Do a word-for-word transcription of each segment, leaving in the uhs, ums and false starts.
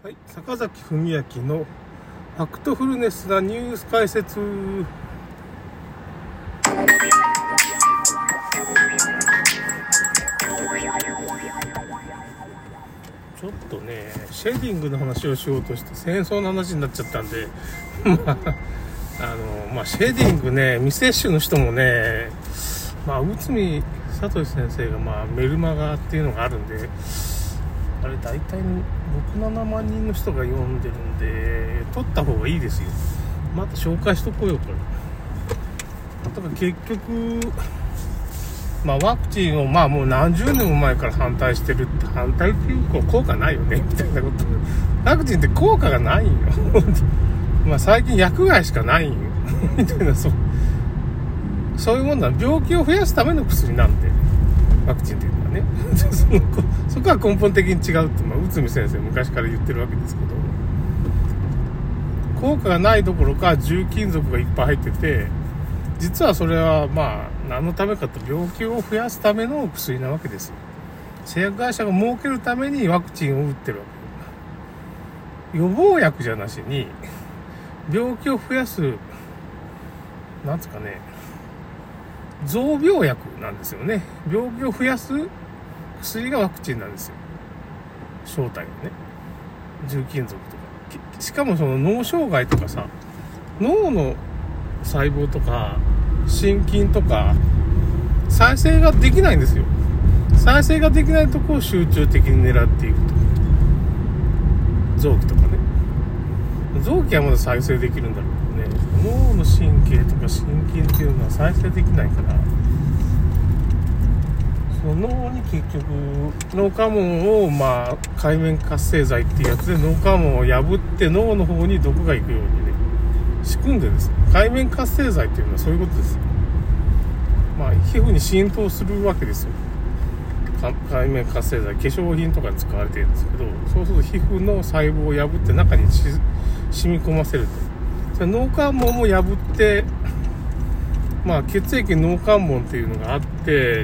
はい、坂崎文明のファクトフルネスなニュース解説。ちょっとね、シェーディングの話をしようとして戦争の話になっちゃったんでまあ、あの、まあ、シェーディングね、未接種の人もね、まあ、内海聡先生が、まあ、メルマガっていうのがあるんで、あれ大体ろく、ななまんにんの人が読んでるんで、取った方がいいですよ。また紹介しとこうよ、これ。だから結局、まあワクチンをまあもう何十年も前から反対してるって、反対っていうか効果ないよね、みたいなこと。ワクチンって効果がないんよ。まあ最近薬害しかないんよ。みたいな、そう。そういうもんだ。病気を増やすための薬なんで、ワクチンっていうのはね。そのそこは根本的に違うって、まあ、内海先生昔から言ってるわけですけど、効果がないどころか重金属がいっぱい入ってて、実はそれはまあ何のためかと、病気を増やすための薬なわけですよ。製薬会社が儲けるためにワクチンを打ってるわけ。予防薬じゃなしに病気を増やす、なんつうかね、増病薬なんですよね。病気を増やす薬がワクチンなんですよ。正体はね、重金属とか。しかもその脳障害とかさ、脳の細胞とか心筋とか再生ができないんですよ。再生ができないところを集中的に狙っていくと。臓器とかね。臓器はまだ再生できるんだろうけどね、脳の神経とか心筋っていうのは再生できないから、その脳に結局脳関門をまあ界面活性剤っていうやつで脳関門を破って脳の方に毒が行くようにね仕組んでるんですよ。界面活性剤っていうのはそういうことですよ。まあ皮膚に浸透するわけですよ。界面活性剤、化粧品とかに使われてるんですけど、そうすると皮膚の細胞を破って中にし染み込ませると。それ脳関門も破って、まあ血液脳関門っていうのがあって、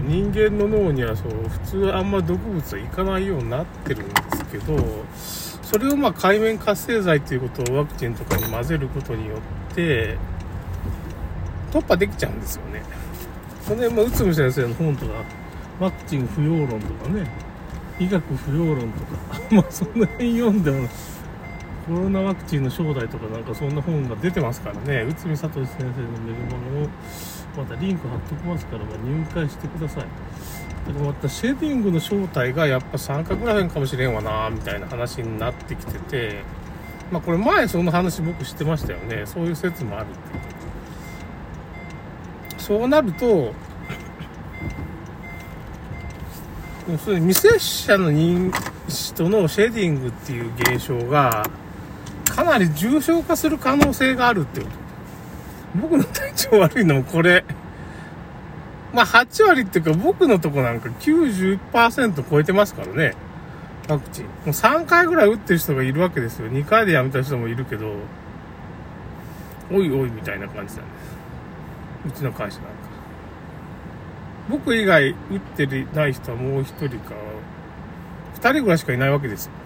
人間の脳にはそう普通あんま毒物はいかないようになってるんですけど、それをまあ界面活性剤っていうことをワクチンとかに混ぜることによって突破できちゃうんですよね。それでまあ内海先生の本とかワクチン不要論とかね、医学不要論とかまあそんな辺読んでもコロナワクチンの正体とかなんかそんな本が出てますからね。内海聡先生のメルマガをまたリンク貼っときますから、まあ、入会してください。だからまたシェーディングの正体がやっぱ三角らへんかもしれんわなみたいな話になってきてて、まあこれ前その話僕してましたよね。そういう説もあるっていう。そうなるとそれ未接者の人のシェーディングっていう現象がかなり重症化する可能性があるってこと。僕の体調悪いのもこれ、まあはち割っていうか僕のとこなんか きゅうじゅっパーセント 超えてますからね、ワクチン。もうさんかいぐらい打ってる人がいるわけですよ。にかいでやめた人もいるけど、おいおいみたいな感じなんです。うちの会社なんか。僕以外打ってない人はもう一人かふたりぐらいしかいないわけですよ。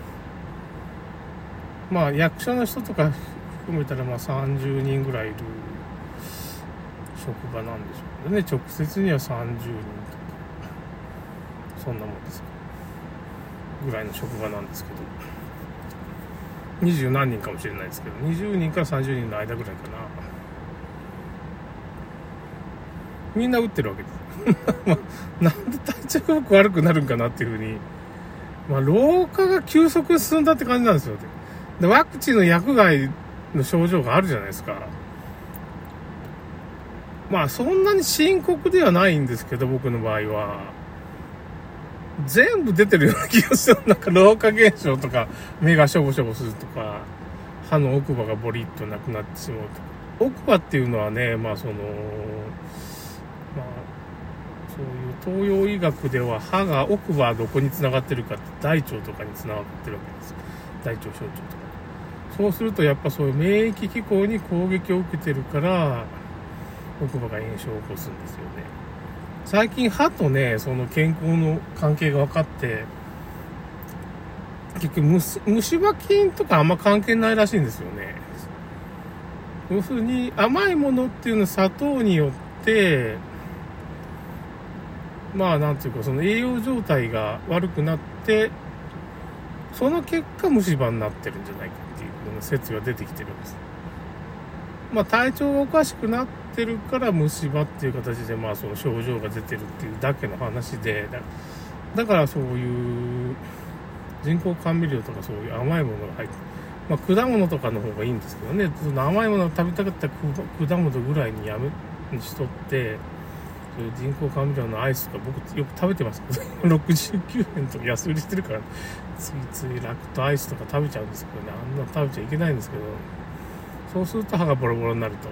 まあ役所の人とか含めたらまあさんじゅうにんぐらいいる職場なんでしょうね。直接にはさんじゅうにんとかそんなもんですぐらいの職場なんですけど、にじゅう何人かもしれないですけど、にじゅうにんからさんじゅうにんの間ぐらいかな。みんな打ってるわけです。なんで体調が僕悪くなるんかなっていうふうに、まあ老化が急速に進んだって感じなんですよ。でワクチンの薬害の症状があるじゃないですか。まあそんなに深刻ではないんですけど、僕の場合は全部出てるような気がする。なんか老化現象とか、目がしょぼしょぼするとか、歯の奥歯がボリッとなくなってしまうとか。奥歯っていうのはね、まあそのまあそういう東洋医学では歯が、奥歯はどこに繋がってるかって大腸とかに繋がってるわけですよ。大腸小腸とか。そうするとやっぱそういう免疫機構に攻撃を受けてるから奥歯が炎症を起こすんですよね。最近歯とね、その健康の関係が分かって、 結局虫、虫歯菌とかあんま関係ないらしいんですよね。要するに甘いものっていうのは砂糖によってまあなんていうかその栄養状態が悪くなってその結果虫歯になってるんじゃないかっていうような説が出てきてるんです。まあ体調がおかしくなってるから虫歯っていう形でまあその症状が出てるっていうだけの話で、だ, だからそういう人工甘味料とかそういう甘いものが入って、まあ果物とかの方がいいんですけどね、その甘いものを食べたかったら果物ぐらいにやめにしとって、そういう人工甘味料のアイスとか僕よく食べてますけどろくじゅうきゅうえんとか安売りしてるからついついラクトアイスとか食べちゃうんですけどね、あんな食べちゃいけないんですけど、そうすると歯がボロボロになる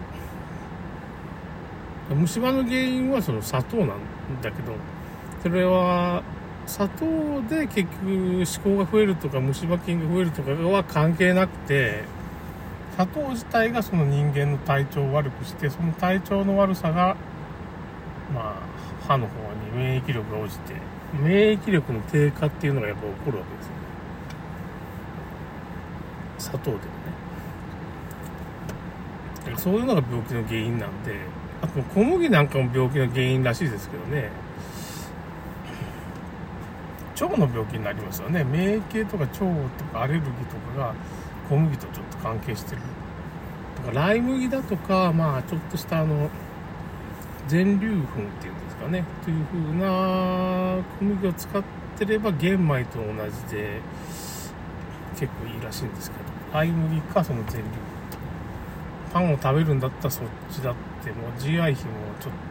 と。虫歯の原因はその砂糖なんだけど、それは砂糖で結局歯垢が増えるとか虫歯菌が増えるとかは関係なくて、砂糖自体がその人間の体調を悪くして、その体調の悪さがまあ歯の方に免疫力が落ちて、免疫力の低下っていうのがやっぱ起こるわけですよね、砂糖でもね。そういうのが病気の原因なんで、あと小麦なんかも病気の原因らしいですけどね。腸の病気になりますよね。免疫系とか腸とかアレルギーとかが小麦とちょっと関係してる。だからライ麦だとか、まあちょっとしたあの全粒粉っていうんですかね、という風な小麦を使ってれば玄米と同じで結構いいらしいんですけど、ライ麦かその全粒粉、パンを食べるんだったらそっちだって、もう ジーアイ 比もちょっ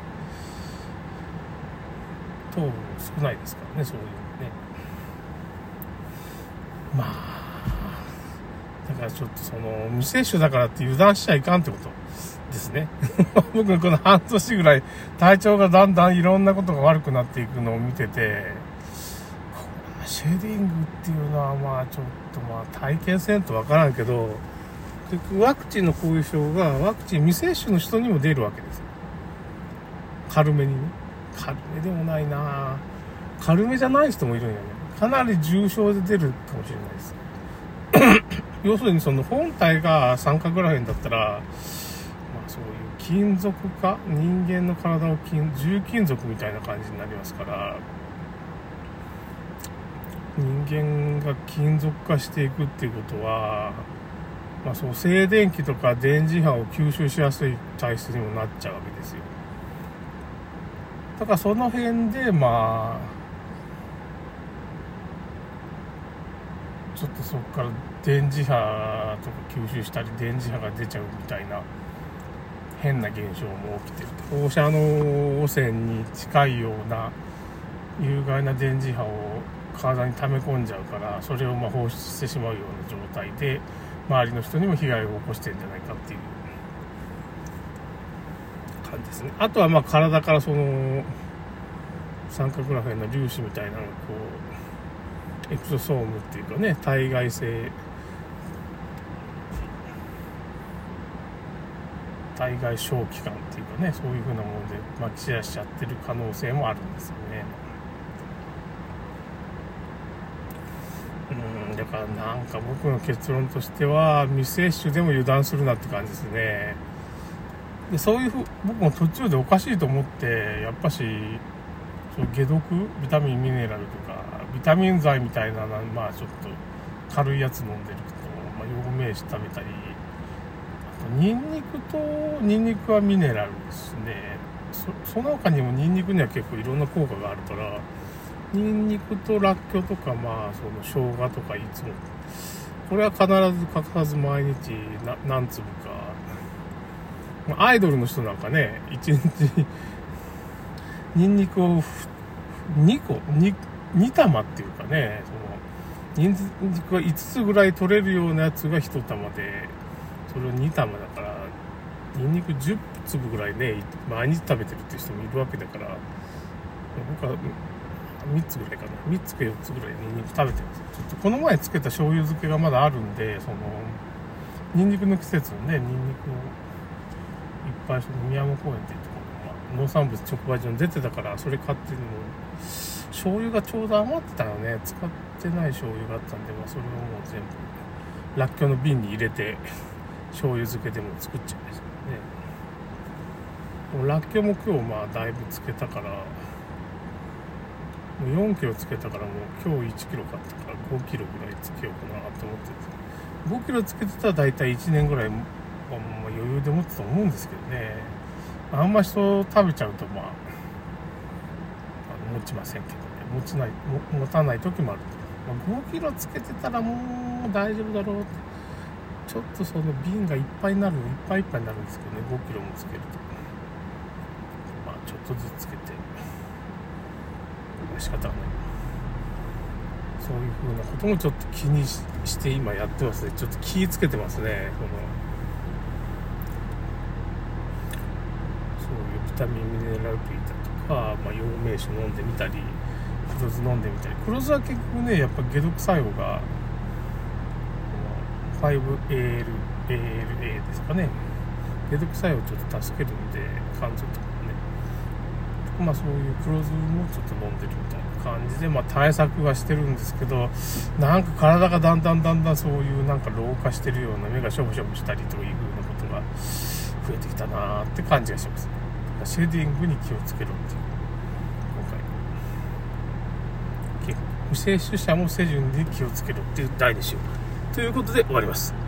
と糖分少ないですからね、そういうのね。まあだからちょっとその未接種だからって油断しちゃいかんってことですね僕この半年ぐらい体調がだんだんいろんなことが悪くなっていくのを見てて、このシェディングっていうのはまあちょっとまあ体験せんとわからんけど、結局ワクチンの後遺症がワクチン未接種の人にも出るわけですよ。軽めにね。軽めでもないな、軽めじゃない人もいるんよね。かなり重症で出るかもしれないです要するにその本体が酸化グラフェンだったら、まあそういう金属化、人間の体を金重金属みたいな感じになりますから、人間が金属化していくっていうことは、まあ、そう静電気とか電磁波を吸収しやすい体質にもなっちゃうわけですよ。だからその辺でまあちょっとそこから電磁波とか吸収したり電磁波が出ちゃうみたいな変な現象も起きてる。放射能汚染に近いような有害な電磁波を体に溜め込んじゃうから、それをまあ放出してしまうような状態で周りの人にも被害を起こしてるんじゃないかっていう感じですね。あとはまあ体からその酸化グラフェンの粒子みたいなのがこうエクソソームっていうかね、体外性体外小気管っていうかね、そういう風なものでまき散らしちゃってる可能性もあるんですよね。うんだからなんか僕の結論としては未接種でも油断するなって感じですね。でそういうふう僕も途中でおかしいと思って、やっぱしそう解毒ビタミンミネラルとかビタミン剤みたいな、まあちょっと軽いやつ飲んでると、まあ、陽明酒食べたり、あとニンニクとニンニクはミネラルですね。 そ, その他にもニンニクには結構いろんな効果があるから、ニンニクとラッキョとか、まあその生姜とかいつもこれは必ず欠かさず毎日な何粒か、アイドルの人なんかね、いちにちニンニクをにこ 2, に玉っていうかね、そのニンニクがいつつぐらい取れるようなやつがいち玉で、それをに玉だからニンニクじゅっつぶぐらいね毎日食べてるっていう人もいるわけだから、僕はみっつぐらいかな、みっつかよっつぐらいニンニク食べてるんですよ。ちょっとこの前つけた醤油漬けがまだあるんで、そのニンニクの季節のねニンニクをいっぱいその宮山公園っていうところの、まあ、農産物直売所に出てたから、それ買ってるの、醤油がちょうど余ってたのね、使っってない醤油があったんで、まあ、それをもう全部らっきょうの瓶に入れて醤油漬けでも作っちゃいましたね。もうらっきょうも今日まあだいぶ漬けたから、もうよんキロ漬けたから、もう今日いちキロ買ったからごキロぐらい漬けようかなと思ってて、ごキロ漬けてたらだいたいいちねんぐらい、まあ、余裕で持つと思うんですけどね。あんま人食べちゃうとまあ持ちませんけどね、持ちないも持たない時もあると、まあ、ごキロつけてたらもう大丈夫だろうって、ちょっとその瓶がいっぱいになるいっぱいいっぱいになるんですけどね、ごキロもつけると、まあちょっとずつつけて仕方がない、そういう風なこともちょっと気に し, して今やってますね。ちょっと気つけてますね。このそういうビタミンミネラル分だとか、まあ、陽明酒飲んでみたり、黒酢飲んでみたり、黒酢は結局ね、やっぱ解毒作用が ファイブエーエルエーエルエー ですかね、解毒作用をちょっと助けるんで、肝臓とかね、まあそういう黒酢もちょっと飲んでるみたいな感じで、まあ対策はしてるんですけど、なんか体がだんだんだんだんそういうなんか老化してるような、目がしょぼしょぼしたりという風なことが増えてきたなーって感じがしますね。シェーディングに気をつけろっていう、今回不摂取者もセジュンで気をつけろっていう題にしようということで終わります。